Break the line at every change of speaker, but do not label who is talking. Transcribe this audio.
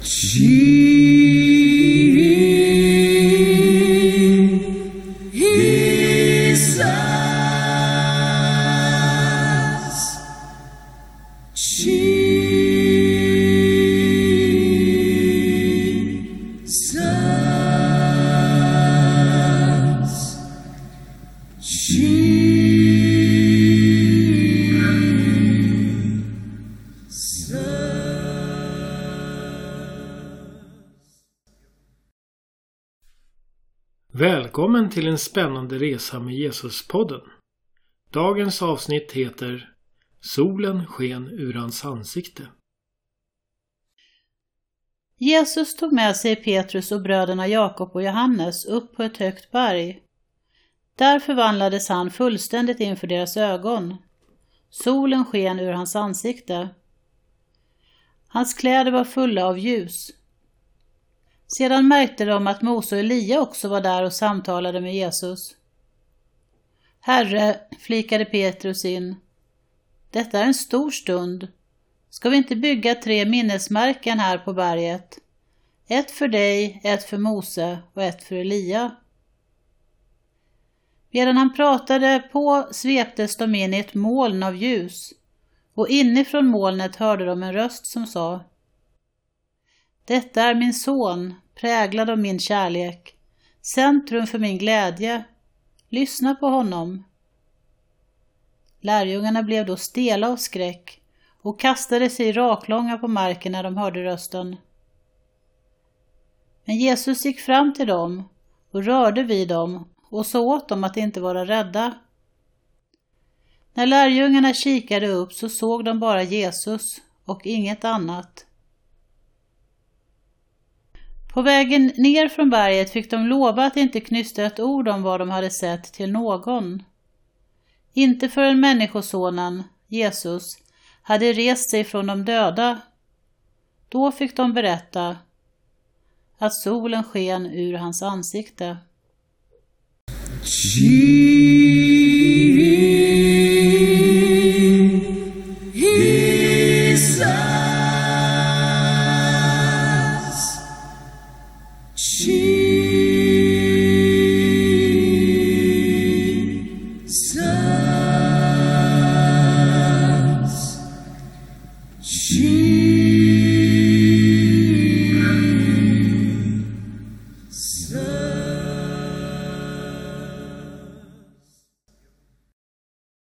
Välkommen till en spännande resa med Jesus-podden. Dagens avsnitt heter Solen sken ur hans ansikte.
Jesus tog med sig Petrus och bröderna Jakob och Johannes upp på ett högt berg. Där förvandlades han fullständigt inför deras ögon. Solen sken ur hans ansikte. Hans kläder var fulla av ljus. Sedan märkte de att Mose och Elia också var där och samtalade med Jesus. Herre, flikade Petrus in, detta är en stor stund. Ska vi inte bygga 3 minnesmärken här på berget? Ett för dig, ett för Mose och ett för Elia. Medan han pratade på sveptes de in i ett moln av ljus, och inifrån molnet hörde de en röst som sa: Detta är min son, präglad av min kärlek, centrum för min glädje. Lyssna på honom. Lärjungarna blev då stela av skräck och kastade sig raklånga på marken när de hörde rösten. Men Jesus gick fram till dem och rörde vid dem och sa åt dem att inte vara rädda. När lärjungarna kikade upp så såg de bara Jesus och inget annat. På vägen ner från berget fick de lova att inte knysta ett ord om vad de hade sett till någon. Inte förrän människosonen, Jesus, hade rest sig från de döda. Då fick de berätta att solen sken ur hans ansikte.